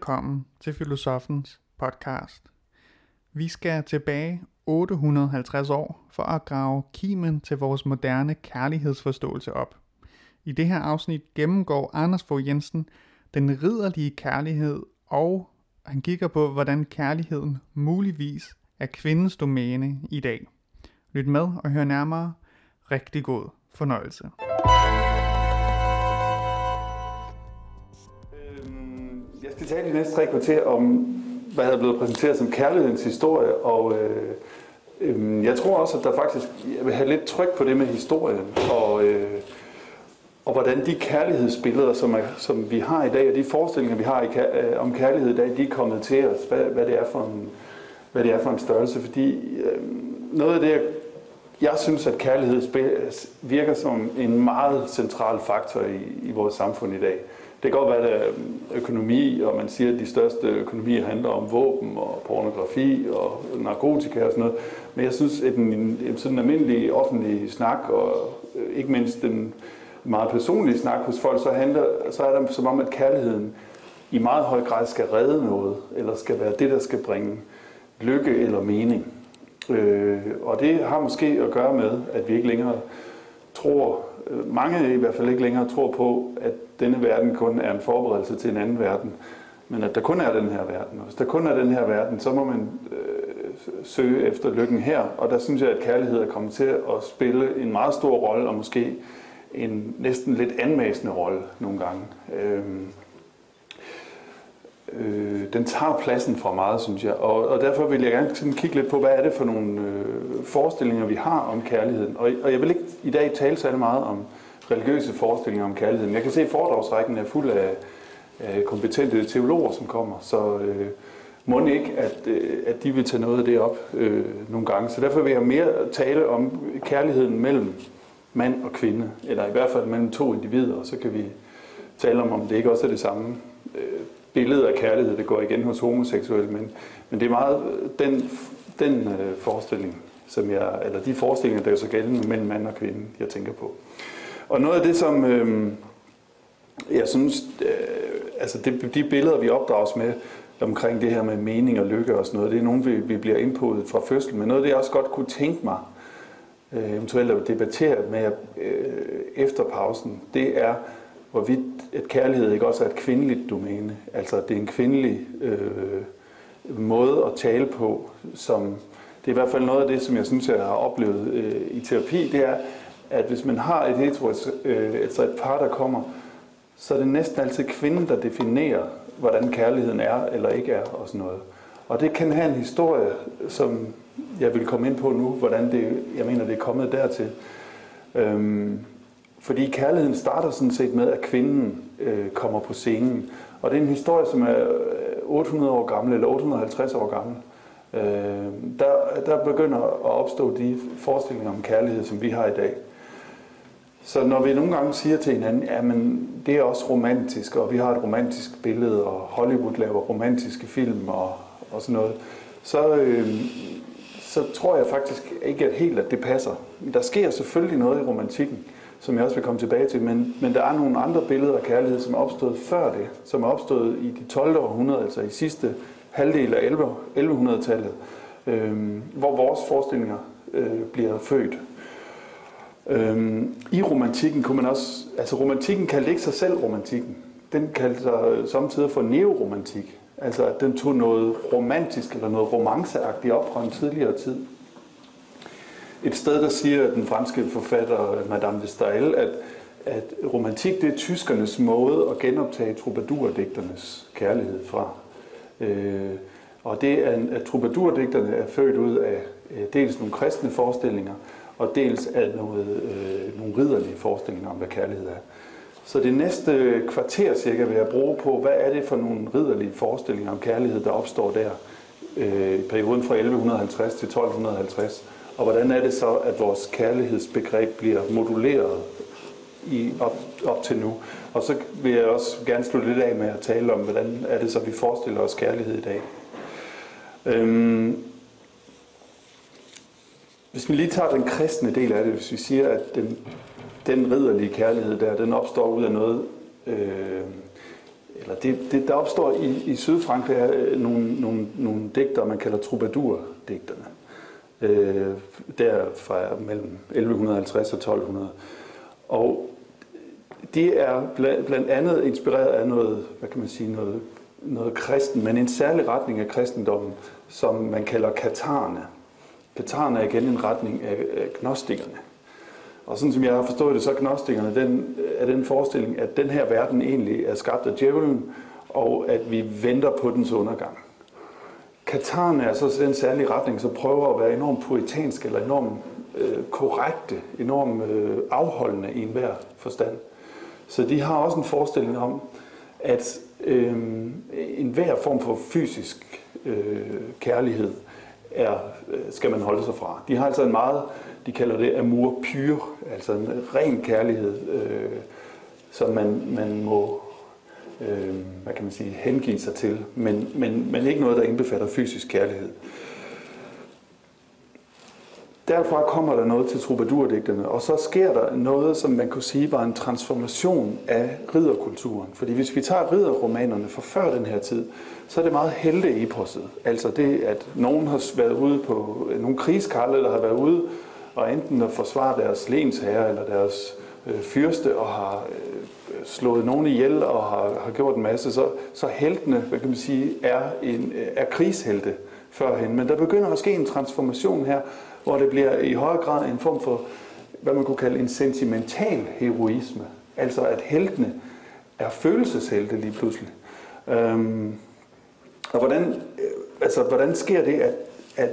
velkommen til Filosofens podcast. Vi skal tilbage 850 år for at grave kimen til vores moderne kærlighedsforståelse op. I det her afsnit gennemgår Anders Fogh Jensen den ridderlige kærlighed, og han kigger på, hvordan kærligheden muligvis er kvindens domæne i dag. Lyt med og hør nærmere. Rigtig god fornøjelse. Jeg skal tale de næste 3 kvarter om, hvad der er blevet præsenteret som kærlighedens historie, og jeg tror også, at der faktisk, jeg vil have lidt tryk på det med historien, og hvordan de kærlighedsbilleder, som vi har i dag, og de forestillinger, vi har om kærlighed i dag, de er kommet til os, hvad det er for en størrelse, fordi noget af det, jeg synes, at kærlighed virker som en meget central faktor i vores samfund i dag. Det kan godt være, at økonomi, og man siger, at de største økonomier handler om våben og pornografi og narkotika og sådan noget. Men jeg synes, at en sådan almindelig offentlig snak, og ikke mindst en meget personlig snak hos folk, så er det som om, at kærligheden i meget høj grad skal redde noget, eller skal være det, der skal bringe lykke eller mening. Og det har måske at gøre med, at vi ikke længere tror, mange i hvert fald ikke længere tror på, at denne verden kun er en forberedelse til en anden verden, men at der kun er den her verden. Og hvis der kun er den her verden, så må man søge efter lykken her, og der synes jeg, at kærlighed er kommet til at spille en meget stor rolle, og måske en næsten lidt anmæsende rolle nogle gange. Den tager pladsen for meget, synes jeg, og derfor vil jeg gerne sådan kigge lidt på, hvad er det for nogle forestillinger, vi har om kærligheden. Og jeg vil ikke i dag tale særlig meget om religiøse forestillinger om kærligheden. Jeg kan se, at foredragsrækken er fuld af kompetente teologer, som kommer, så må ikke, at de vil tage noget af det op nogle gange. Så derfor vil jeg mere tale om kærligheden mellem mand og kvinde, eller i hvert fald mellem 2 individer, og så kan vi tale om det ikke også er det samme billede af kærlighed, det går igen hos homoseksuelle, men det er meget den forestilling, eller de forestillinger, der er så gældende mellem mand og kvinde, jeg tænker på. Og noget af det, som jeg synes, altså de billeder, vi opdrages med omkring det her med mening og lykke og sådan noget, det er nogle, vi bliver indpodet fra fødsel, men noget af det, jeg også godt kunne tænke mig, eventuelt at debattere med efter pausen, det er, hvorvidt et kærlighed ikke også er et kvindeligt domæne. Altså, det er en kvindelig måde at tale på, som det er i hvert fald noget af det, som jeg synes, jeg har oplevet i terapi, det er, at hvis man har et par, der kommer, så er det næsten altid kvinden, der definerer, hvordan kærligheden er eller ikke er og sådan noget. Og det kan have en historie, som jeg vil komme ind på nu, hvordan jeg mener, det er kommet dertil. Fordi kærligheden starter sådan set med, at kvinden kommer på scenen. Og det er en historie, som er 800 år gammel, eller 850 år gammel. Der begynder at opstå de forestillinger om kærlighed, som vi har i dag. Så når vi nogle gange siger til hinanden, jamen det er også romantisk, og vi har et romantisk billede, og Hollywood laver romantiske film og sådan noget, så tror jeg faktisk ikke helt, at det passer. Der sker selvfølgelig noget i romantikken, som jeg også vil komme tilbage til, men der er nogle andre billeder af kærlighed, som er opstået før det, som er opstået i de 12. århundrede, altså i sidste halvdel af 1100-tallet, hvor vores forestillinger bliver født. I romantikken kunne man også, altså romantikken kaldte ikke sig selv romantikken, den kaldte sig samtidig for neoromantik, altså at den tog noget romantisk eller noget romanceagtigt op fra en tidligere tid. Et sted, der siger den franske forfatter Madame de Staël, at romantik, det er tyskernes måde at genoptage troubadourdigternes kærlighed fra. Og det er, at troubadourdigterne er født ud af dels nogle kristne forestillinger, og dels af nogle ridderlige forestillinger om, hvad kærlighed er. Så det næste kvarter cirka vil jeg bruge på, hvad er det for nogle ridderlige forestillinger om kærlighed, der opstår der i perioden fra 1150 til 1250. Og hvordan er det så, at vores kærlighedsbegreb bliver moduleret op til nu? Og så vil jeg også gerne slutte lidt af med at tale om, hvordan er det så, vi forestiller os kærlighed i dag. Hvis vi lige tager den kristne del af det, hvis vi siger, at den ridderlige kærlighed der, den opstår ud af noget eller der opstår i Sydfrankrig nogle digter, man kalder troubadour-digterne. Der fra mellem 1150 og 1200. Og de er blandt andet inspireret af noget, hvad kan man sige, noget kristen, men en særlig retning af kristendommen, som man kalder katharerne. Katharerne er igen en retning af gnostikerne. Og sådan som jeg har forstået det, så er gnostikerne den forestilling, at den her verden egentlig er skabt af djævlen, og at vi venter på dens undergang. Katharerne er så den særlige retning, som prøver at være enormt puritansk, eller enormt korrekte, enormt afholdende i enhver forstand. Så de har også en forestilling om, at enhver form for fysisk kærlighed skal man holde sig fra. De har altså en meget, de kalder det amour pur, altså en ren kærlighed, som man må hvad kan man sige, hengive sig til, men ikke noget, der indbefatter fysisk kærlighed. Derfra kommer der noget til troubadour-digterne, og så sker der noget, som man kunne sige var en transformation af ridderkulturen. Fordi hvis vi tager ridderromanerne fra før den her tid, så er det meget helteeposset. Altså det, at nogen har været ude på nogle krigskarle, der har været ude og enten at forsvare deres lensherre eller deres fyrste og har slået nogen ihjel og har gjort en masse, så heltene, hvad kan man sige, er krigshelte førhen. Men der begynder at ske en transformation her, hvor det bliver i højere grad en form for, hvad man kunne kalde en sentimental heroisme. Altså at heltene er følelseshelte lige pludselig. Og hvordan sker det, at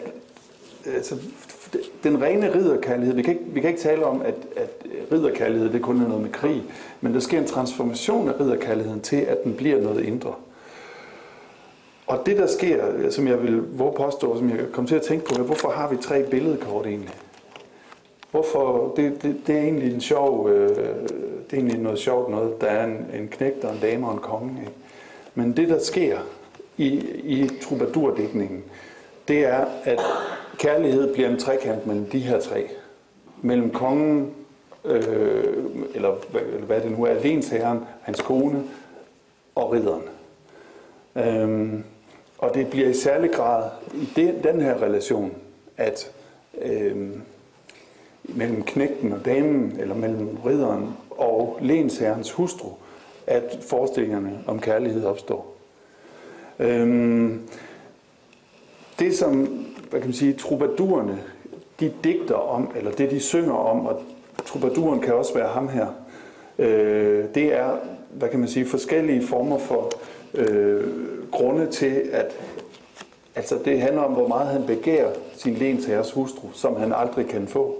den rene ridderkærlighed, vi kan ikke tale om, at ridderkærlighed det kun er noget med krig, men der sker en transformation af ridderkærligheden til, at den bliver noget indre. Og det der sker, som jeg vil påstå, som jeg kom til at tænke på, er, hvorfor har vi 3 billedkort egentlig? Hvorfor? Det er egentlig en sjov, det er egentlig noget sjovt noget. Der er en knægt og en dame og en konge. Ikke? Men det der sker i troubadour-digtningen, det er, at kærlighed bliver en trekant mellem de her 3. Mellem kongen, eller hvad det nu er, lensherren, hans kone og ridderen. Og det bliver i særlig grad i den her relation, at mellem knægten og damen, eller mellem ridderen og lensherrens hustru, at forestillingerne om kærlighed opstår. Det som, hvad kan man sige, troubadourerne, de digter om, eller det de synger om, og troubadouren kan også være ham her, det er, hvad kan man sige, forskellige former for grunde til, at altså det handler om, hvor meget han begærer sin lensherres hustru, som han aldrig kan få.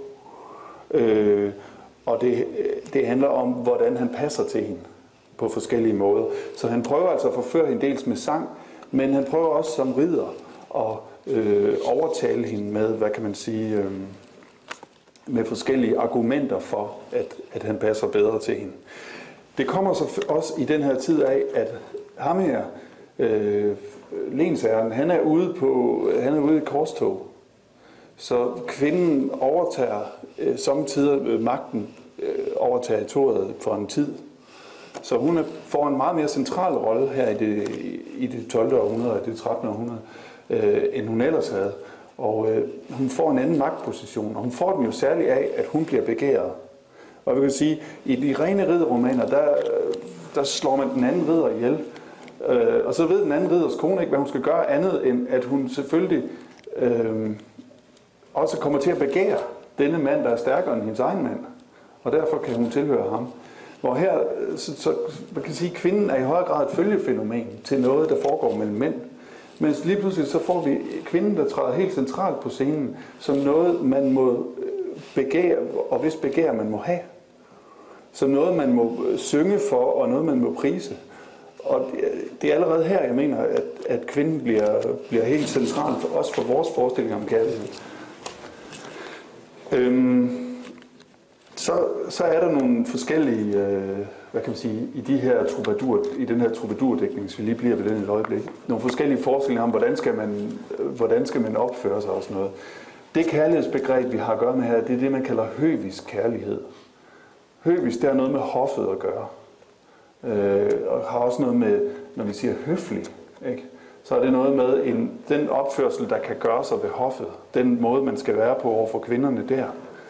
Og det handler om, hvordan han passer til hende på forskellige måder. Så han prøver altså at forføre hende dels med sang, men han prøver også som ridder at overtale hende med, hvad kan man sige, med forskellige argumenter for, at han passer bedre til hende. Det kommer så også i den her tid af, at ham her, lensherren, han er ude i korstog. Så kvinden overtager samtidig magten over territoriet for en tid. Så hun får en meget mere central rolle her i det 12. århundrede, det 13. århundrede, end hun ellers havde. Og hun får en anden magtposition, og hun får den jo særligt af, at hun bliver begæret. Og vi kan sige, i de rene ridderromaner, der slår man den anden ridder ihjel. Og så ved den anden ridders kone ikke, hvad hun skal gøre andet, end at hun selvfølgelig også kommer til at begære denne mand, der er stærkere end hendes egen mand. Og derfor kan hun tilhøre ham. Hvor her, så man kan sige, at kvinden er i højere grad et følgefænomen til noget, der foregår mellem mænd. Men lige pludselig så får vi kvinden, der træder helt centralt på scenen, som noget, man må begære, og hvis begær man må have. Som noget, man må synge for, og noget, man må prise. Og det er allerede her, jeg mener, at kvinden bliver helt central, også for vores forestilling om kærlighed. Så er der nogle forskellige, hvad kan man sige, i den her troubadour-dækning, hvis vi lige bliver ved den et øjeblik, nogle forskellige forestillinger om, hvordan skal man opføre sig og sådan noget. Det kærlighedsbegreb, vi har at gøre med her, det er det, man kalder høvisk kærlighed. Høvisk, det har noget med hoffet at gøre. Og har også noget med, når vi siger høflig, ikke? Så er det noget med den opførsel, der kan gøre sig ved hoffet. Den måde, man skal være på over for kvinderne der.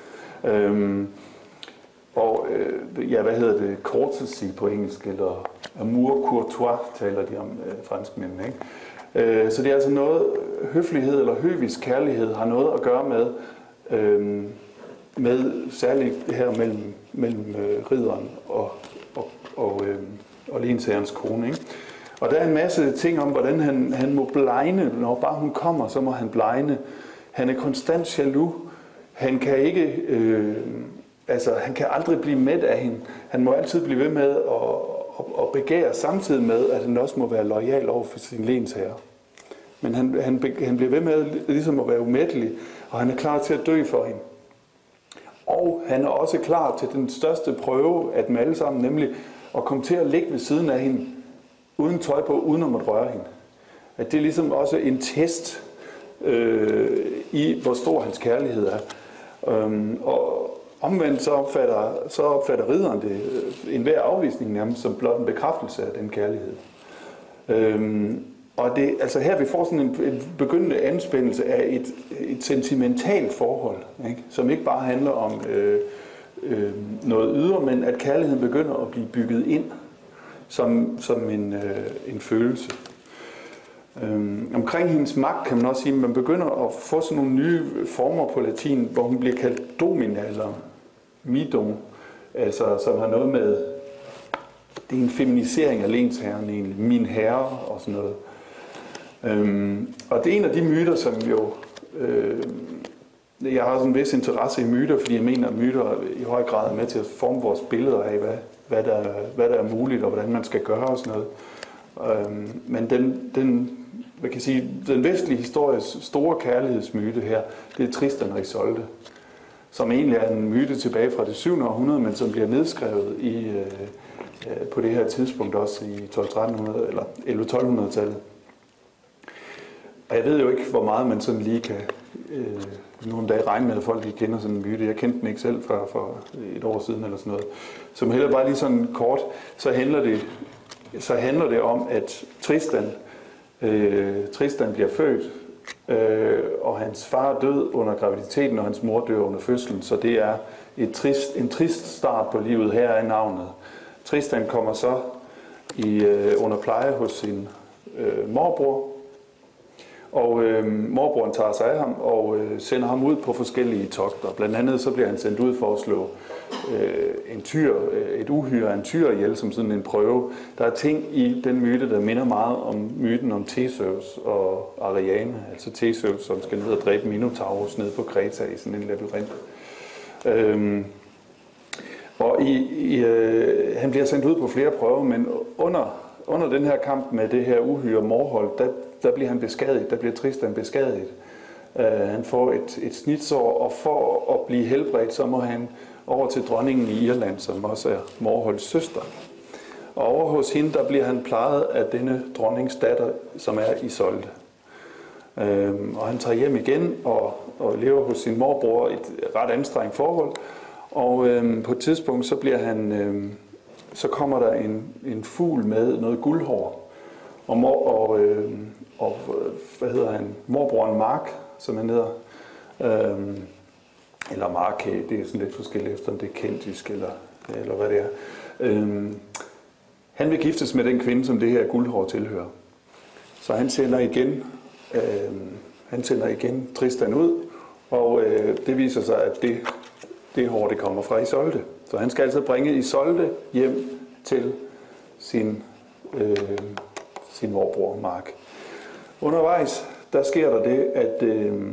Hvad hedder det? Courtesy på engelsk, eller amour courtois, taler de om franskmændene, ikke? Så det er altså noget, høflighed eller høvisk kærlighed har noget at gøre med særligt det her mellem ridderen og lensherrens kone, ikke? Og der er en masse ting om, hvordan han må blegne. Når bare hun kommer, så må han blegne. Han er konstant jaloux. Han kan ikke, han kan aldrig blive mæt af hende. Han må altid blive ved med at begære, samtidig med, at han også må være loyal over for sin lensherre. Men han bliver ved med ligesom at være umættelig, og han er klar til at dø for hende. Og han er også klar til den største prøve af dem alle sammen, nemlig at komme til at ligge ved siden af hende, uden tøj på, uden at måtte røre hende. At det er ligesom også en test i, hvor stor hans kærlighed er. Og omvendt så opfatter ridderen det enhver afvisning nærmest som blot en bekræftelse af den kærlighed. Og det, altså her vi får sådan en begyndende anspændelse af et sentimentalt forhold, ikke? Som ikke bare handler om noget ydre, men at kærligheden begynder at blive bygget ind som en følelse. Omkring hendes magt kan man også sige, at man begynder at få sådan nogle nye former på latin, hvor hun bliver kaldt domina eller midom, altså som har noget med, det er en feminisering af lensherren egentlig, min herre og sådan noget. Og det er en af de myter, som jo, jeg har sådan en vis interesse i myter, fordi jeg mener, at myter i høj grad er med til at forme vores billeder af, hvad der er muligt og hvordan man skal gøre og sådan noget. Men den vestlige histories store kærlighedsmyte her, det er Tristan og Isolde, som egentlig er en myte tilbage fra det 7. århundrede, men som bliver nedskrevet på det her tidspunkt også i 1200-1300 eller 1100-1200-tallet. Og jeg ved jo ikke, hvor meget man sådan lige kan nogle dage regne med, at folk ikke kender sådan en myte. Jeg kendte den ikke selv for et år siden eller sådan noget. Så heller bare lige sådan kort, så handler det om, at Tristan bliver født, og hans far er død under graviditeten, og hans mor dør under fødslen. Så det er en trist start på livet. Her er navnet. Tristan kommer så under pleje hos sin morbror, og morbroren tager sig af ham og sender ham ud på forskellige togter. Blandt andet så bliver han sendt ud for at slå et uhyre af en tyr ihjel som sådan en prøve. Der er ting i den myte, der minder meget om myten om Theseus og Ariane. Altså Theseus, som skal ned og dræbe Minotaurus ned på Kreta i sådan en labyrint. Han bliver sendt ud på flere prøver, men under den her kamp med det her uhyre morhold, der bliver han beskadiget, der bliver Tristan beskadiget. Han får et snitsår, og for at blive helbredt, så må han over til dronningen i Irland, som også er Morholds søster. Og over hos hende, der bliver han plejet af denne dronnings datter, som er Isolde. Og han tager hjem igen og lever hos sin morbror i et ret anstrengt forhold. Og på et tidspunkt, så kommer der en fugl med noget guldhår. Og hvad hedder han? Morbroren Mark, som han hedder. Eller Mark, det er sådan lidt forskelligt efter, om det er keltisk eller hvad det er. Han vil giftes med den kvinde, som det her guldhår tilhører. Så han sender igen Tristan ud, og det viser sig, at det hår, det kommer fra Isolde. Så han skal altså bringe Isolde hjem til sin morbror Mark. Undervejs, der sker der det, at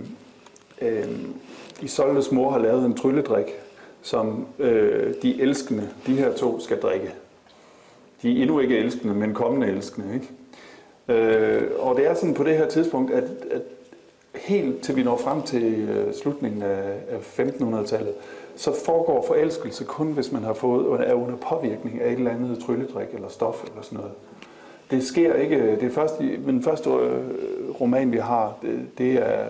Isoldes mor har lavet en trylledrik, som de elskende, de her to, skal drikke. De er endnu ikke elskende, men kommende elskende, ikke? Og det er sådan på det her tidspunkt, at helt til vi når frem til slutningen af 1500-tallet, så foregår forelskelse kun, hvis man er under påvirkning af et eller andet trylledrik eller stof eller sådan noget. Det sker ikke. Det er først den første roman, vi har, det er,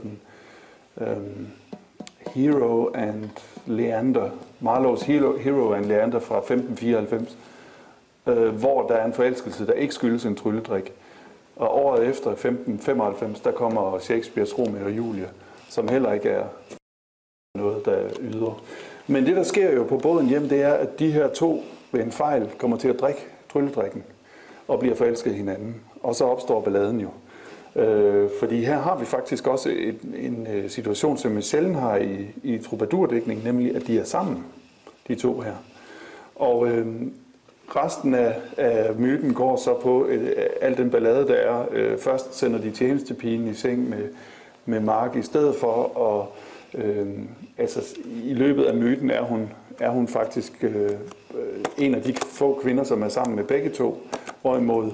Hero and Leander. Marlowes Hero and Leander fra 1594. hvor der er en forelskelse, der ikke skyldes en trylledrik. Og året efter, 1595, der kommer Shakespeares Romeo og Julie, som heller ikke er noget, der yder. Men det, der sker jo på båden hjem, det er, at de her to ved en fejl kommer til at drikke trylledrikken og bliver forelsket i hinanden. Og så opstår balladen jo. Fordi her har vi faktisk også en situation, som vi sjældent har i troubadourdækning, nemlig at de er sammen, de to her. Og resten af myten går så på al den ballade, der er. Først sender de tjenestepigen i seng med Mark i stedet for, og altså i løbet af myten er hun faktisk en af de få kvinder, som er sammen med begge to. Hvorimod,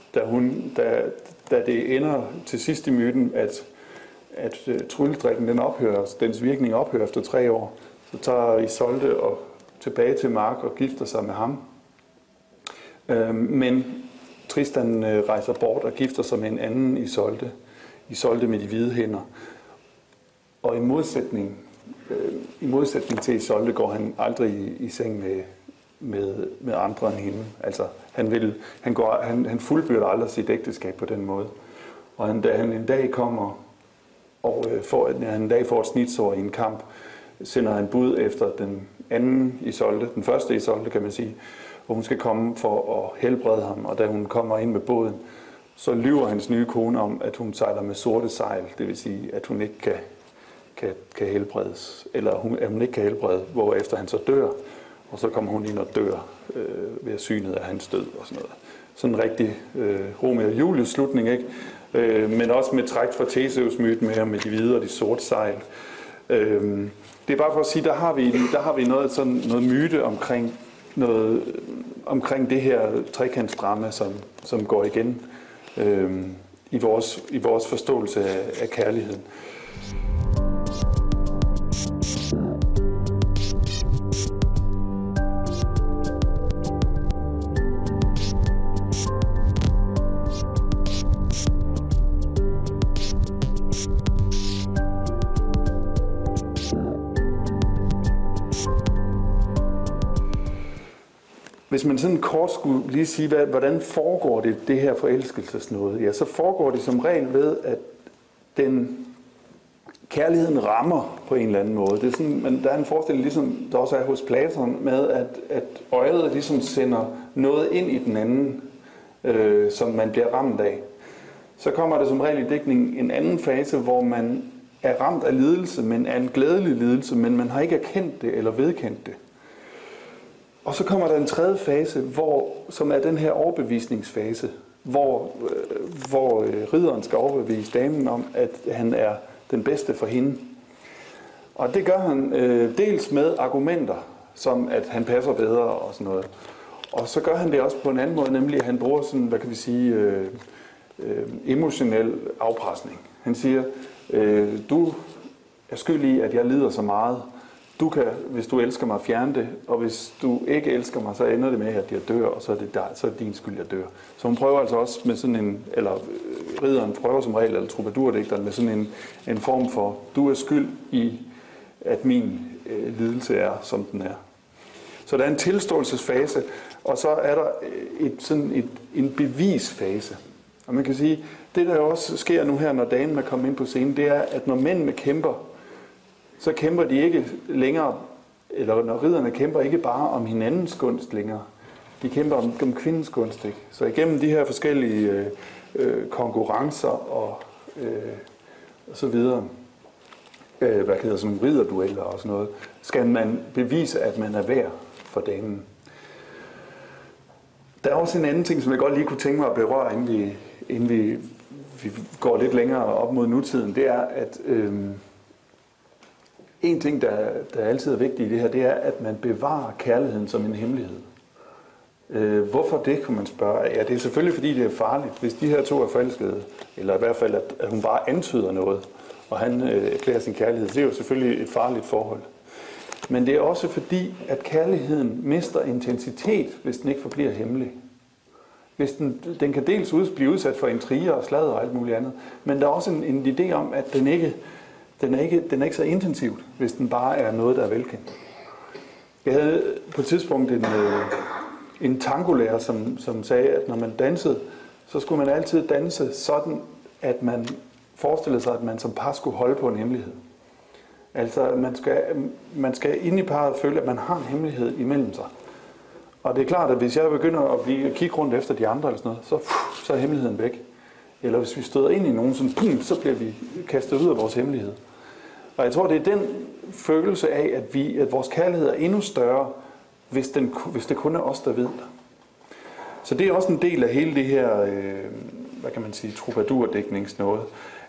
da det ender til sidst i myten, at trylledrikken den ophører, dens virkning ophører efter 3 år, så tager Isolde og tilbage til Mark og gifter sig med ham. Men Tristan rejser bort og gifter sig med en anden Isolde med de hvide hænder. Og i modsætning til Isolde går han aldrig i seng med andre end hende. Altså han fuldbyrder aldrig sit ægteskab på den måde. Og da han en dag kommer og han en dag får et snitsår i en kamp, sender han bud efter den anden Isolde, den første Isolde kan man sige, hvor hun skal komme for at helbrede ham. Og da hun kommer ind med båden, så lyver hans nye kone om, at hun sejler med sorte sejl. Det vil sige, at hun ikke kan helbredes, eller at hun ikke kan helbrede, hvorefter han så dør. Og så kommer hun ind og dør ved synet af hans død og sådan noget. Sådan en rigtig Romeo og Julies slutning, ikke? Men også med træk fra Theseus-myten med de hvide og de sorte sejl. Det er bare for at sige, der har vi noget myte omkring det her trekantsdrama, som går igen i vores forståelse af kærligheden. Hvis man sådan kort skulle lige sige, hvordan foregår det her forelskelsesnåde, ja, så foregår det som regel ved, at kærligheden rammer på en eller anden måde. Det er sådan, men der er en forestilling, ligesom der også er hos Platon, med at øjet ligesom sender noget ind i den anden, som man bliver ramt af. Så kommer der som regel i digtningen en anden fase, hvor man er ramt af lidelse, men er en glædelig lidelse, men man har ikke erkendt det eller vedkendt det. Og så kommer der en tredje fase, som er den her overbevisningsfase, hvor ridderen skal overbevise damen om, at han er den bedste for hende. Og det gør han dels med argumenter, som at han passer bedre og sådan noget. Og så gør han det også på en anden måde, nemlig at han bruger sådan, hvad kan vi sige, emotionel afpresning. Han siger, du er skyld i, at jeg lider så meget. Du kan, hvis du elsker mig, fjerne det, og hvis du ikke elsker mig, så ender det med, at jeg dør, og så er det din skyld, jeg dør. Så hun prøver altså også med sådan en, eller ridderen prøver som regel, eller troubadourdigteren, med sådan en form for, du er skyld i, at min lidelse er, som den er. Så der er en tilståelsesfase, og så er der en bevisfase. Og man kan sige, det der også sker nu her, når damen er kommet ind på scenen, det er, at når mændene kæmper, så kæmper de ikke længere, eller når ridderne kæmper ikke bare om hinandens gunst længere. De kæmper om kvindens gunst, ikke? Så igennem de her forskellige konkurrencer og så videre, hvad hedder sådan ridderdueller og sådan noget, skal man bevise, at man er værd for damen. Der er også en anden ting, som jeg godt lige kunne tænke mig at berøre, inden vi går lidt længere op mod nutiden. Det er, at en ting, der altid er vigtig i det her, det er, at man bevarer kærligheden som en hemmelighed. Hvorfor det, kunne man spørge. Ja, det er selvfølgelig, fordi det er farligt. Hvis de her to er forelskede, eller i hvert fald, at hun bare antyder noget, og han erklærer sin kærlighed, det er jo selvfølgelig et farligt forhold. Men det er også fordi, at kærligheden mister intensitet, hvis den ikke forbliver hemmelig. Hvis den kan dels blive udsat for intriger og sladder og alt muligt andet, men der er også en idé om, at den er ikke så intensiv, hvis den bare er noget, der er velkendt. Jeg havde på et tidspunkt en tangolærer, som sagde, at når man dansede, så skulle man altid danse sådan, at man forestillede sig, at man som par skulle holde på en hemmelighed. Altså, man skal inde i parret føle, at man har en hemmelighed imellem sig. Og det er klart, at hvis jeg begynder at kigge rundt efter de andre, eller sådan noget, så er hemmeligheden væk. Eller hvis vi støder ind i nogen, så bliver vi kastet ud af vores hemmelighed. Og jeg tror, det er den følelse af, at vores kærlighed er endnu større, hvis det kun er os, der ved det. Så det er også en del af hele det her, hvad kan man sige, troubadour-dækningsnåde,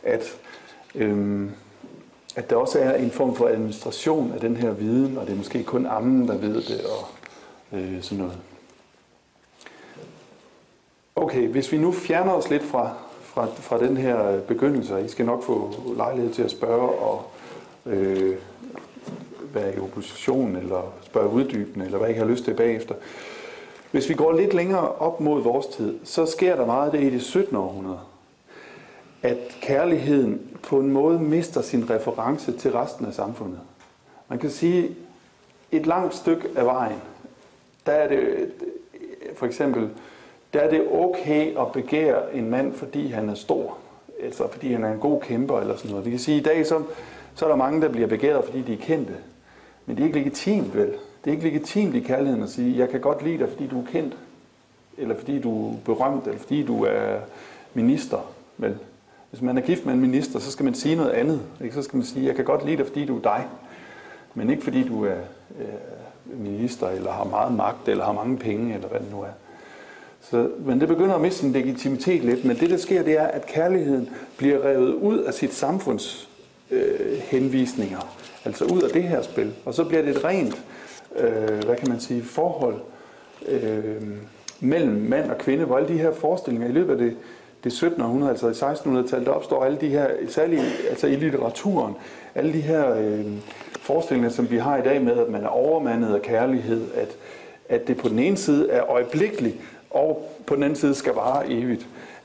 at der også er en form for administration af den her viden, og det er måske kun ammen, der ved det, og sådan noget. Okay, hvis vi nu fjerner os lidt fra den her begyndelse, og I skal nok få lejlighed til at spørge og være i opposition, eller spørge uddybende, eller hvad I har lyst til bagefter. Hvis vi går lidt længere op mod vores tid, så sker der meget af det i det 17. århundrede, at kærligheden på en måde mister sin reference til resten af samfundet. Man kan sige, et langt stykke af vejen, der er det for eksempel, der er det okay at begære en mand, fordi han er stor, altså fordi han er en god kæmper eller sådan noget. Vi kan sige, at i dag så er der mange, der bliver begæret, fordi de er kendte. Men det er ikke legitimt, vel? Det er ikke legitimt i kærligheden at sige, jeg kan godt lide dig, fordi du er kendt, eller fordi du er berømt, eller fordi du er minister, vel? Hvis man er gift med en minister, så skal man sige noget andet. Ikke? Så skal man sige, jeg kan godt lide dig, fordi du er dig, men ikke fordi du er minister, eller har meget magt, eller har mange penge, eller hvad det nu er. Men det begynder at miste sin legitimitet lidt, men det der sker, det er, at kærligheden bliver revet ud af sit samfunds henvisninger, altså ud af det her spil, og så bliver det et rent, hvad kan man sige, forhold mellem mand og kvinde, hvor alle de her forestillinger i løbet af det 17. århundrede, altså i 1600-tallet, der opstår alle de her, særligt altså i litteraturen, alle de her forestillinger, som vi har i dag med, at man er overmandet af kærlighed, at det på den ene side er øjeblikkeligt, og på den anden side skal vare evigt.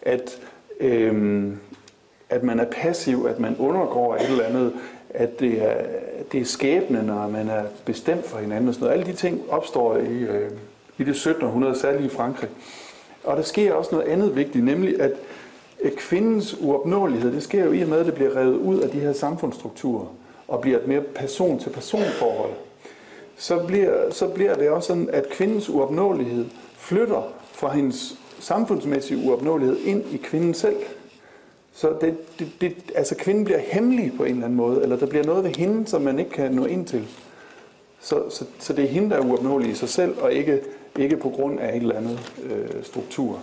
At man er passiv, at man undergår et eller andet, at det er skæbnen, når man er bestemt for hinanden og sådan noget. Alle de ting opstår i det 17. århundrede, særligt i Frankrig. Og der sker også noget andet vigtigt, nemlig at kvindens uopnåelighed, det sker jo i og med, at det bliver revet ud af de her samfundsstrukturer, og bliver et mere person-til-person-forhold. Så bliver det også sådan, at kvindens uopnåelighed flytter fra hendes samfundsmæssige uopnåelighed ind i kvinden selv. Så altså kvinden bliver hemmelig på en eller anden måde, eller der bliver noget ved hende, som man ikke kan nå ind til. Så det er hende, der er uopnåelig i sig selv, og ikke på grund af en eller anden struktur.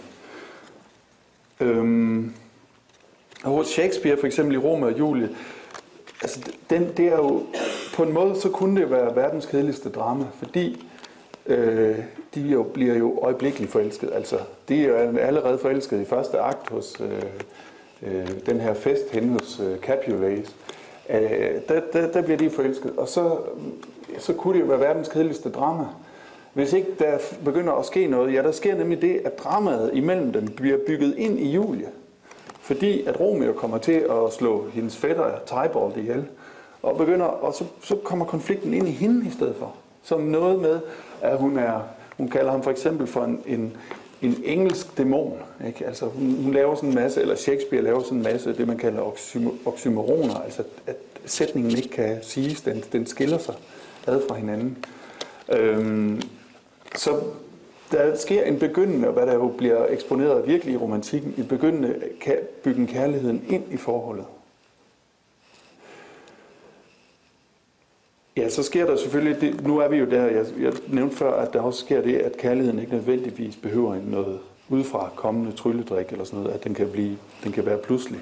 Hos Shakespeare for eksempel i Romeo og Julie, altså det er jo på en måde, så kunne det være verdens kedeligste drama, fordi de bliver jo øjeblikkeligt forelsket. Altså, de er jo allerede forelsket i første akt hos den her fest henne hos Capulets. Der bliver de forelsket, og så kunne det jo være verdens kedeligste drama. Hvis ikke der begynder at ske noget, ja, der sker nemlig det, at dramaet imellem dem bliver bygget ind i Julie. Fordi at Romeo kommer til at slå hendes fætter Tybalt ihjel, og så kommer konflikten ind i hende i stedet for. Som noget med, at hun kalder ham for eksempel for en engelsk dæmon. Ikke? Altså hun laver sådan en masse, eller Shakespeare laver sådan en masse, det man kalder oxymoroner, altså at sætningen ikke kan siges, den skiller sig ad fra hinanden. Så der sker en begyndende, og hvad der jo bliver eksponeret virkelig i romantikken, en begyndende bygge kærligheden ind i forholdet. Ja, så sker der selvfølgelig, det, nu er vi jo der, jeg nævnte før, at der også sker det, at kærligheden ikke nødvendigvis behøver noget udefra kommende trylledrik eller sådan noget, at den kan være pludselig.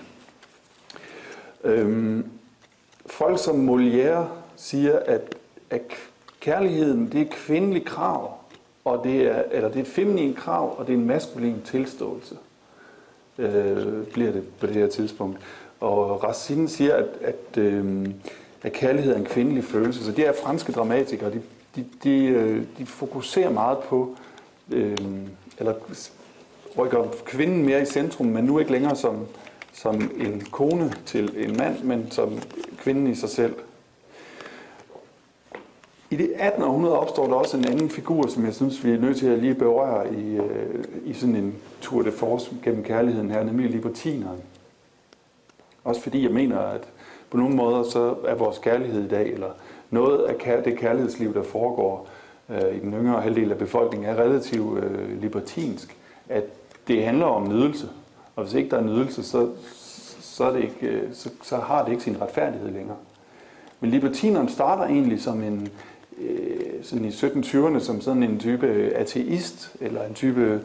Folk som Molière siger, at kærligheden, det er et kvindeligt krav, og det er et feminin krav, og det er en maskulin tilståelse, bliver det på det her tidspunkt. Og Racine siger, at kærlighed er en kvindelig følelse. Så de her franske dramatikere, de fokuserer meget på, eller rykker kvinden mere i centrum, men nu ikke længere som en kone til en mand, men som kvinden i sig selv. I det 18. århundrede opstår der også en anden figur, som jeg synes, vi er nødt til at lige berøre i sådan en tour de force gennem kærligheden her, nemlig libertineren. Også fordi jeg mener, at på nogle måder så er vores kærlighed i dag, eller noget af det kærlighedsliv, der foregår i den yngre halvdel af befolkningen, er relativt libertinsk. At det handler om nydelse, og hvis ikke der er nydelse, så har det ikke sin retfærdighed længere. Men libertineren starter egentlig som en sådan i 1720'erne som sådan en type ateist, eller en type,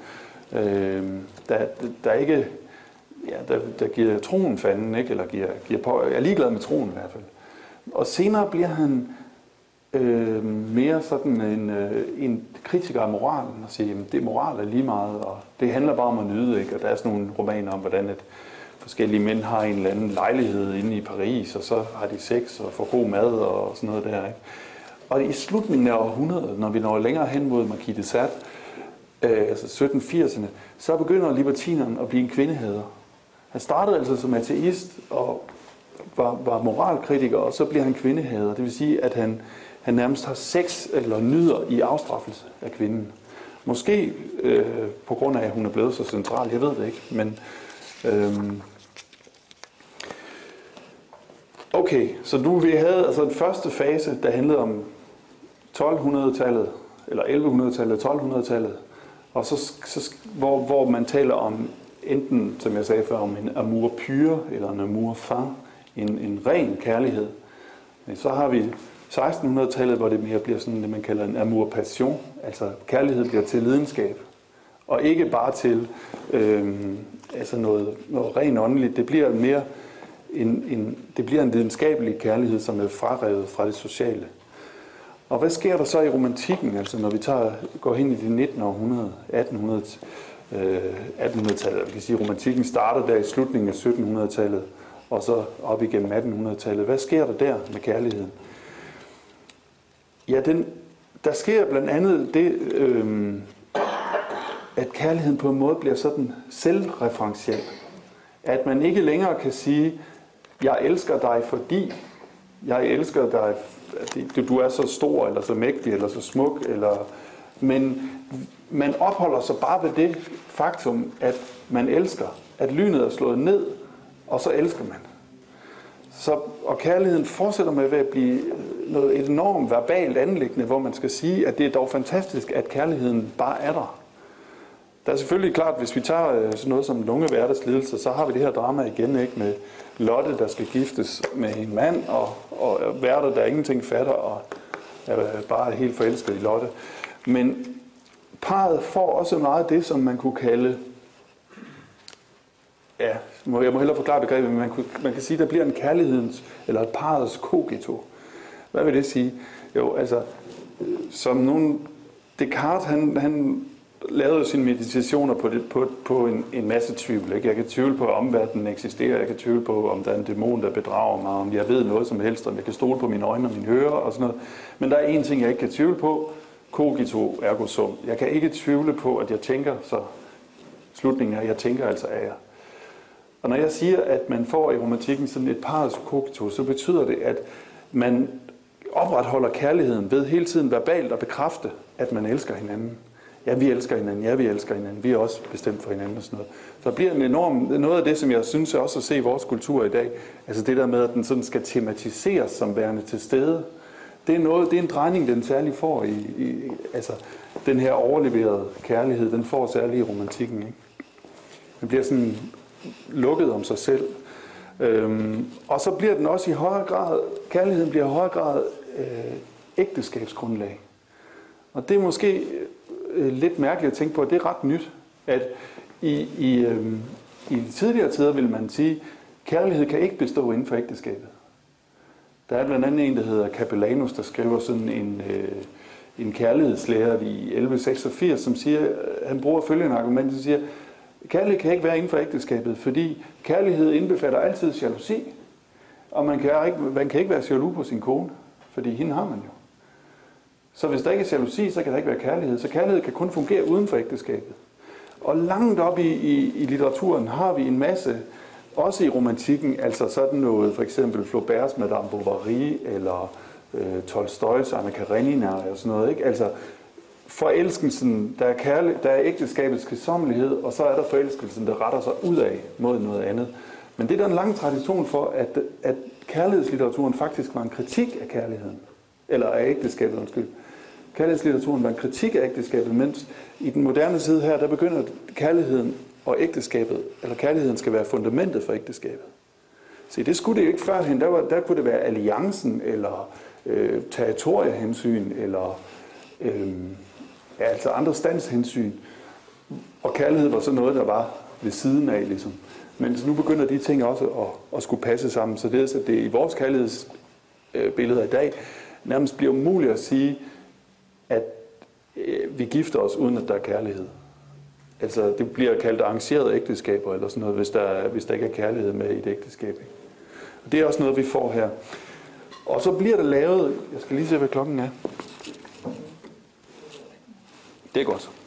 der ikke, ja, der giver troen fanden, ikke? Eller er ligeglad med troen i hvert fald. Og senere bliver han mere sådan en kritiker af moralen, og siger, at det moral er lige meget, og det handler bare om at nyde, ikke? Og der er sådan nogle romaner om, hvordan at forskellige mænd har en eller anden lejlighed inde i Paris, og så har de sex og får god mad og sådan noget der, ikke? Og i slutningen af århundredet, når vi når længere hen mod Marquis de Sade, altså 1780'erne, så begynder libertineren at blive en kvindehader. Han startede altså som ateist og var moralkritiker, og så bliver han kvindehader. Det vil sige, at han nærmest har sex eller nyder i afstraffelse af kvinden. Måske på grund af, at hun er blevet så central, jeg ved det ikke, men okay, så vi havde altså en første fase, der handlede om 1200-tallet, eller 1100-tallet, 1200-tallet, og så hvor man taler om enten, som jeg sagde før, om en amour pur, eller en amour fin, en ren kærlighed. Så har vi 1600-tallet, hvor det mere bliver sådan det, man kalder en amour passion, altså kærlighed bliver til lidenskab, og ikke bare til altså noget rent åndeligt. Det bliver mere det bliver en lidenskabelig kærlighed, som er frarevet fra det sociale. Og hvad sker der så i romantikken, altså når vi går hen i det 19. århundrede, 1800-tallet, vi kan sige, romantikken starter der i slutningen af 1700-tallet, og så op igennem 1800-tallet. Hvad sker der med kærligheden? Ja, der sker blandt andet det, at kærligheden på en måde bliver sådan selvreferentiel. At man ikke længere kan sige, jeg elsker dig, fordi jeg elsker dig, du er så stor, eller så mægtig, eller så smuk, men man opholder sig bare ved det faktum, at man elsker, at lynet er slået ned, og så elsker man. Og kærligheden fortsætter med at blive et enormt verbalt anliggende, hvor man skal sige, at det er dog fantastisk, at kærligheden bare er der. Der er selvfølgelig klart, hvis vi tager sådan noget som lungehverdagslidelser, så har vi det her drama igen, ikke, med Lotte, der skal giftes med en mand, og Werther, der ingenting fatter, og er bare helt forelsket i Lotte. Men parret får også meget af det, som man kunne kalde, ja, jeg må hellere forklare begrebet, men man kan sige, at der bliver en kærlighedens, eller et parrets cogito. Hvad vil det sige? Jo, altså, som nogen, Descartes, han lavede sine meditationer på en masse tvivl. Ikke? Jeg kan tvivle på, om omverdenen eksisterer. Jeg kan tvivle på, om der er en dæmon, der bedrager mig. Om jeg ved noget som helst. Om jeg kan stole på mine øjne og mine ører og sådan noget. Men der er en ting, jeg ikke kan tvivle på. Cogito ergo sum. Jeg kan ikke tvivle på, at jeg tænker, så slutningen er, at jeg tænker altså af jer. Og når jeg siger, at man får i romantikken sådan et parets cogito, så betyder det, at man opretholder kærligheden ved hele tiden verbalt at bekræfte, at man elsker hinanden. Ja, vi elsker hinanden. Ja, vi elsker hinanden. Vi er også bestemt for hinanden og sådan noget. Så der bliver en noget af det, som jeg synes også at se i vores kultur i dag, altså det der med, at den sådan skal tematiseres som værende til stede, det er en drejning, den særligt får altså den her overleverede kærlighed, den får særligt i romantikken, ikke? Den bliver sådan lukket om sig selv. Og så bliver den også i højere grad, kærligheden bliver i højere grad ægteskabsgrundlag. Og det er måske lidt mærkeligt at tænke på, at det er ret nyt, at i tidligere tider vil man sige, at kærlighed kan ikke bestå inden for ægteskabet. Der er blandt andet en, der hedder Capellanus, der skriver sådan en kærlighedslære i 1186, som siger, han bruger følgende argument, som siger, kærlighed kan ikke være inden for ægteskabet, fordi kærlighed indbefatter altid jalousi, og man kan ikke være jaloux på sin kone, fordi hende har man jo. Så hvis der ikke er jalousi, så kan der ikke være kærlighed. Så kærlighed kan kun fungere uden for ægteskabet. Og langt op i litteraturen har vi en masse, også i romantikken, altså sådan noget, for eksempel Flauberts Madame Bovary, eller Tolstojs Anna Karenina og sådan noget, ikke? Altså, forelskelsen, der er ægteskabets kedsommelighed, og så er der forelskelsen, der retter sig udad mod noget andet. Men det er der en lang tradition for, at kærlighedslitteraturen faktisk var en kritik af kærligheden. Eller af ægteskabet, undskyld. Kærlighedslitteraturen var en kritik af ægteskabet, mens i den moderne side her, der begynder kærligheden og ægteskabet, eller kærligheden skal være fundamentet for ægteskabet. Så det skulle det jo ikke førhen. Der kunne det være alliancen, eller territoriehensyn, eller altså andre standshensyn. Og kærlighed var så noget, der var ved siden af, ligesom. Men nu begynder de ting også at skulle passe sammen, så det i vores kærlighedsbilleder i dag nærmest bliver umuligt at sige, at vi gifter os uden at der er kærlighed. Altså det bliver kaldt arrangerede ægteskaber eller sådan noget, hvis der ikke er kærlighed med i et ægteskab. Ikke? Og det er også noget, vi får her. Og så bliver der lavet, jeg skal lige se, hvad klokken er. Det er godt.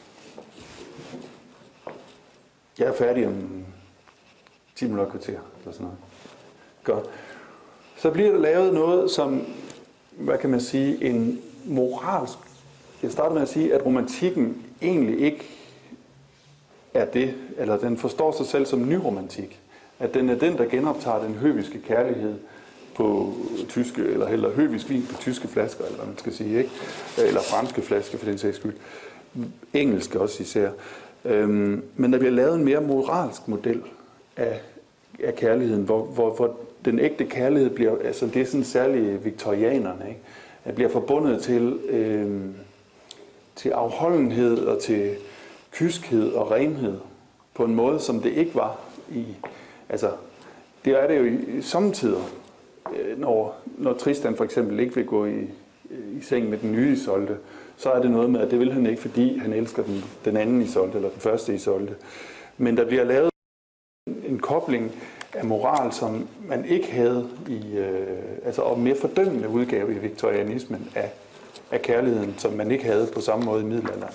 Jeg er færdig om 10 minutter kvarter, eller sådan noget. Godt. Så bliver der lavet noget som, hvad kan man sige, en moralsk. Jeg starter med at sige, at romantikken egentlig ikke er det, eller den forstår sig selv som nyromantik. At den er den, der genoptager den høviske kærlighed på tyske, eller heller høvisk vin på tyske flasker, eller hvad man skal sige, ikke? Eller franske flasker, for den sags skyld. Engelske også især. Men der bliver lavet en mere moralsk model af kærligheden, hvor den ægte kærlighed bliver, altså det er sådan særligt viktorianerne, ikke? At bliver forbundet til afholdenhed og til kyskhed og renhed på en måde, som det ikke var i, altså det er det jo i samtider, når Tristan for eksempel ikke vil gå i seng med den nye Isolde, så er det noget med, at det vil han ikke, fordi han elsker den anden Isolde, eller den første Isolde. Men der bliver lavet en kobling af moral, som man ikke havde og mere fordømmende udgave i viktorianismen af kærligheden, som man ikke havde på samme måde i middelalderen.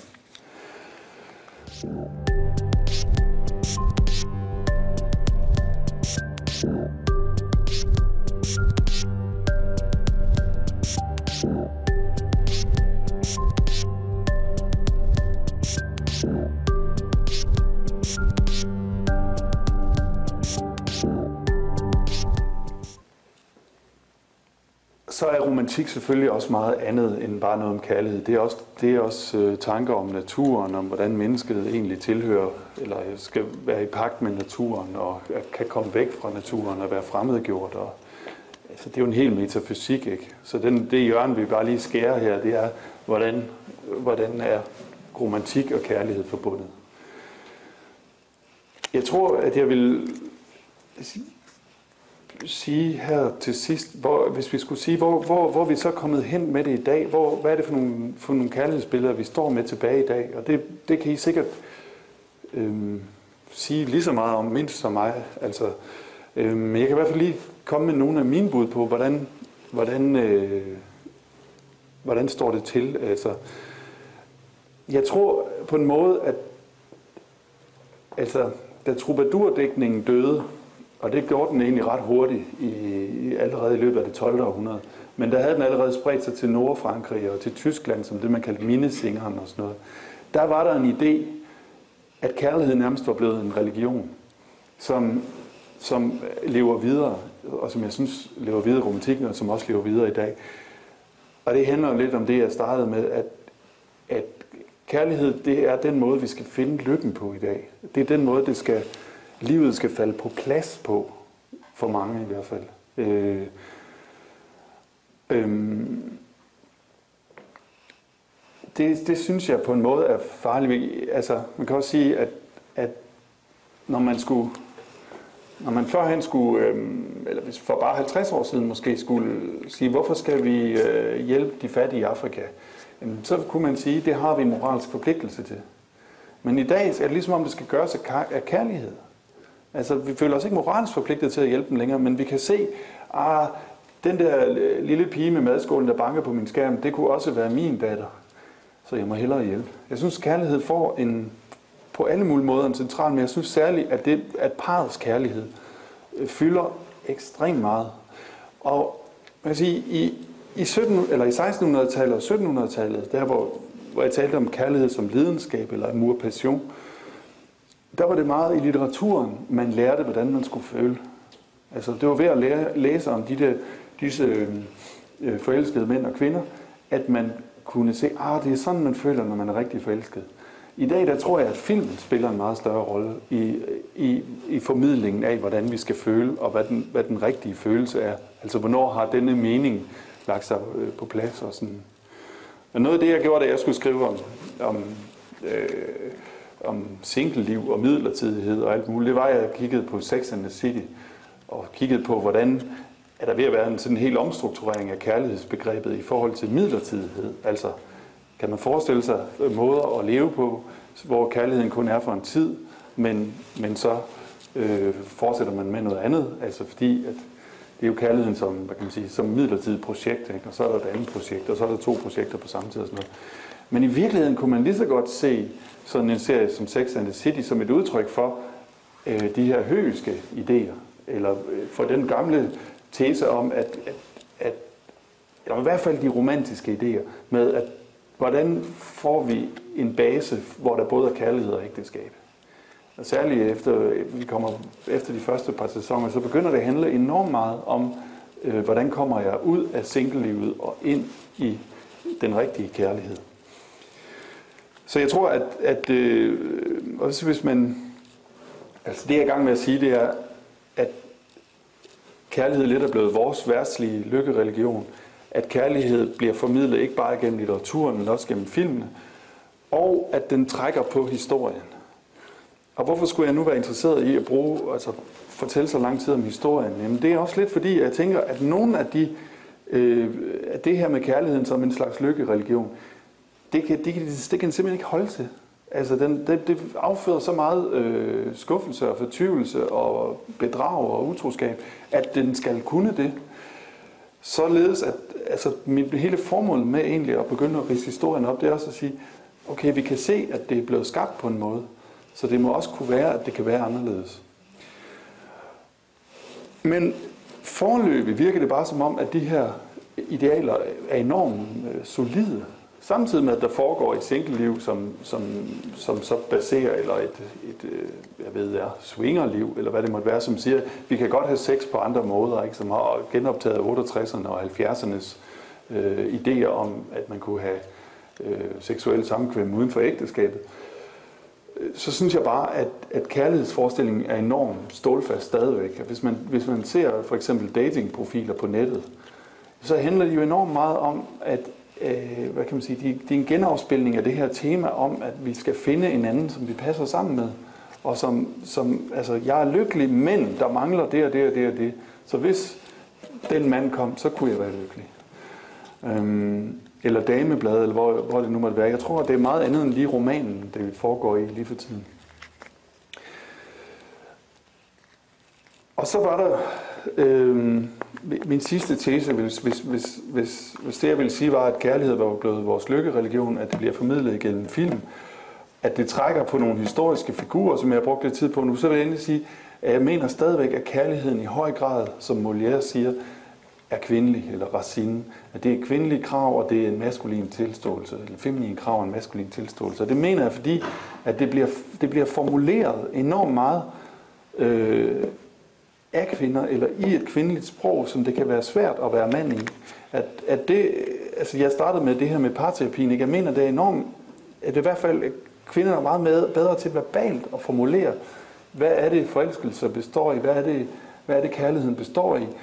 Så er romantik selvfølgelig også meget andet end bare noget om kærlighed. Det er også tanker om naturen, om hvordan mennesket egentlig tilhører, eller skal være i pagt med naturen, og kan komme væk fra naturen og være fremmedgjort. Og, altså, det er jo en hel metafysik, ikke? Så det hjørne, vi bare lige skærer her, det er, hvordan er romantik og kærlighed forbundet. Jeg tror, at jeg vil sige her til sidst, hvis vi skulle sige, hvor er vi så kommet hen med det i dag? Hvad er det for nogle kærlighedsbilleder, vi står med tilbage i dag? Og det kan I sikkert sige lige så meget om, mindst som mig. Altså, men jeg kan i hvert fald lige komme med nogle af mine bud på, hvordan står det til? Altså, jeg tror på en måde, at da troubadourdækningen døde, og det gjorde den egentlig ret hurtigt allerede i løbet af det 12. århundrede. Men der havde den allerede spredt sig til Nordfrankrig og til Tyskland, som det man kaldte minnesingeren og sådan noget. Der var der en idé, at kærlighed nærmest var blevet en religion, som lever videre, og som jeg synes lever videre i romantikken, og som også lever videre i dag. Og det handler lidt om det, jeg startede med, at kærlighed, det er den måde, vi skal finde lykken på i dag. Det er den måde, livet skal falde på plads på, for mange i hvert fald. Det synes jeg på en måde er farligt. Altså, man kan også sige, at når man førhen skulle, eller hvis for bare 50 år siden måske skulle sige, hvorfor skal vi hjælpe de fattige i Afrika? Så kunne man sige, det har vi en moralsk forpligtelse til. Men i dag er det ligesom om, det skal gøres af kærlighed. Altså, vi føler os ikke moralsk forpligtet til at hjælpe dem længere, men vi kan se, den der lille pige med madskålen, der banker på min skærm, det kunne også være min datter. Så jeg må hellere hjælpe. Jeg synes, kærlighed får på alle mulige måder en central, men jeg synes særligt, at parrets kærlighed fylder ekstremt meget. Og man kan sige, i 1600-tallet og 1700-tallet, der hvor jeg talte om kærlighed som lidenskab eller amour passion, der var det meget i litteraturen, man lærte, hvordan man skulle føle. Altså det var ved at læse om disse forelskede mænd og kvinder, at man kunne se, det er sådan, man føler, når man er rigtig forelsket. I dag, der tror jeg, at filmen spiller en meget større rolle i formidlingen af, hvordan vi skal føle, og hvad den rigtige følelse er. Altså, hvornår har denne mening lagt sig på plads og sådan. Og noget af det, jeg gjorde, da jeg skulle skrive om single-liv og midlertidighed og alt muligt, det var, at jeg kiggede på Sex and the City, og kiggede på, hvordan er der ved at være en sådan helt omstrukturering af kærlighedsbegrebet i forhold til midlertidighed. Altså, kan man forestille sig måder at leve på, hvor kærligheden kun er for en tid, men så fortsætter man med noget andet, altså fordi at det er jo kærligheden som, hvad kan man sige, som midlertidigt projekt, ikke? Og så er der et andet projekt, og så er der 2 projekter på samme tid og sådan noget. Men i virkeligheden kunne man lige så godt se sådan en serie som Sex and the City som et udtryk for de her høiske idéer, eller for den gamle tese om, at i hvert fald de romantiske idéer med, at hvordan får vi en base, hvor der både er kærlighed og ægteskab. Og særligt efter de første par sæsoner, så begynder det at handle enormt meget om, hvordan kommer jeg ud af single-livet og ind i den rigtige kærlighed. Så jeg tror, at også hvis man, altså det jeg er i gang med at sige, det er, at kærlighed lidt er blevet vores verdslige lykkereligion, at kærlighed bliver formidlet ikke bare gennem litteraturen, men også gennem filmene, og at den trækker på historien. Og hvorfor skulle jeg nu være interesseret i at fortælle så lang tid om historien? Jamen det er også lidt fordi, jeg tænker, at nogle af at det her med kærligheden som en slags lykkereligion, det kan simpelthen ikke holde til. Altså det afføder så meget skuffelse og fortvivlelse og bedrag og utroskab, at den skal kunne det. Således at hele formålet med egentlig at begynde at ridse historien op, det er også at sige, okay, vi kan se, at det er blevet skabt på en måde, så det må også kunne være, at det kan være anderledes. Men foreløbig virker det bare som om, at de her idealer er enormt solide, samtidig med, at der foregår et single-liv, som så baserer, eller et swingerliv, eller hvad det måtte være, som siger, vi kan godt have sex på andre måder, ikke? Som har genoptaget 68'erne og 70'ernes idéer om, at man kunne have seksuelle sammenkvem uden for ægteskabet. Så synes jeg bare, at kærlighedsforestillingen er enormt stålfast stadigvæk. Hvis man ser for eksempel datingprofiler på nettet, så handler det jo enormt meget om, at hvad kan man sige, det er en genafspilning af det her tema om, at vi skal finde en anden, som vi passer sammen med. Og altså, jeg er lykkelig, men der mangler det og det og det og det. Så hvis den mand kom, så kunne jeg være lykkelig. Eller Dameblad, eller hvor det nu måtte være. Jeg tror, at det er meget andet end lige romanen, det foregår i lige for tiden. Og så var der min sidste tese, hvis det jeg ville sige var, at kærlighed var blevet vores lykkereligion, at det bliver formidlet igennem film, at det trækker på nogle historiske figurer, som jeg har brugt lidt tid på nu, så vil jeg endelig sige, at jeg mener stadigvæk, at kærligheden i høj grad, som Molière siger, er kvindelig, eller Racine. At det er kvindelige krav, og det er en maskulin tilståelse, eller feminin krav og en maskulin tilståelse. Og det mener jeg, fordi at det bliver formuleret enormt meget af kvinder, eller i et kvindeligt sprog, som det kan være svært at være mand i. At det, altså jeg startede med det her med parterapien, ikke? Jeg mener, det er enormt, at i hvert fald kvinder er meget bedre til verbalt at formulere, hvad er det forelskelse består i, hvad er det kærligheden består i,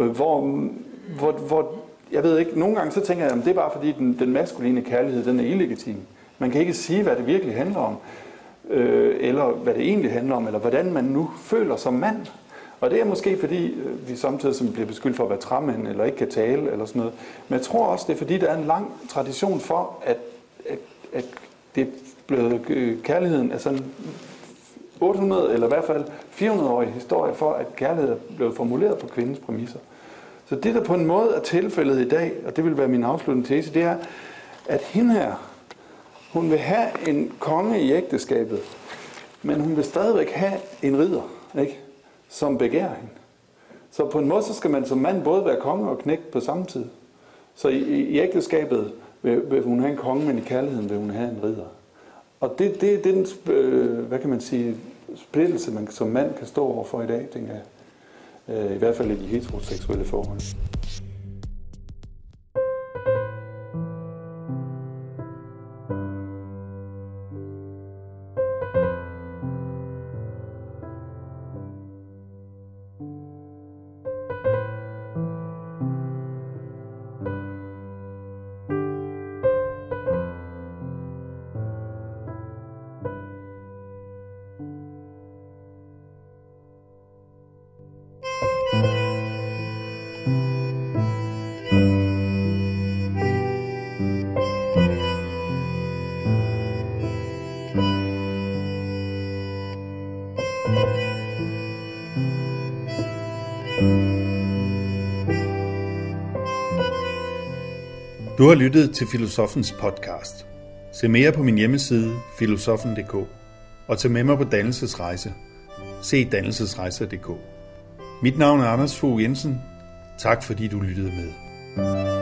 hvor jeg ved ikke, nogle gange så tænker jeg, at det er bare fordi den maskuline kærlighed, den er illegitim. Man kan ikke sige, hvad det virkelig handler om, eller hvad det egentlig handler om, eller hvordan man nu føler som mand. Og det er måske fordi, vi samtidig bliver beskyldt for at være træmænd, eller ikke kan tale, eller sådan noget. Men jeg tror også, det er fordi, der er en lang tradition for, at det er blevet kærligheden, altså en 800 eller i hvert fald 400-årig historie for, at kærlighed er blevet formuleret på kvindens præmisser. Så det, der på en måde er tilfældet i dag, og det vil være min afsluttende tese, det er, at hende her, hun vil have en konge i ægteskabet, men hun vil stadigvæk have en ridder, ikke? Som begærer hende. Så på en måde, så skal man som mand både være konge og knægt på samme tid. Så i ægteskabet vil hun have en konge, men i kærligheden vil hun have en ridder. Og det er den, hvad kan man sige, splittelse, man som mand kan stå overfor i dag, tænker jeg. I hvert fald i de heteroseksuelle forhold. Du har lyttet til Filosofens podcast. Se mere på min hjemmeside filosofen.dk og tag med mig på dannelsesrejse. Se dannelsesrejser.dk. Mit navn er Anders Fogh Jensen. Tak fordi du lyttede med.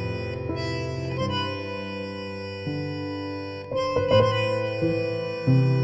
thank you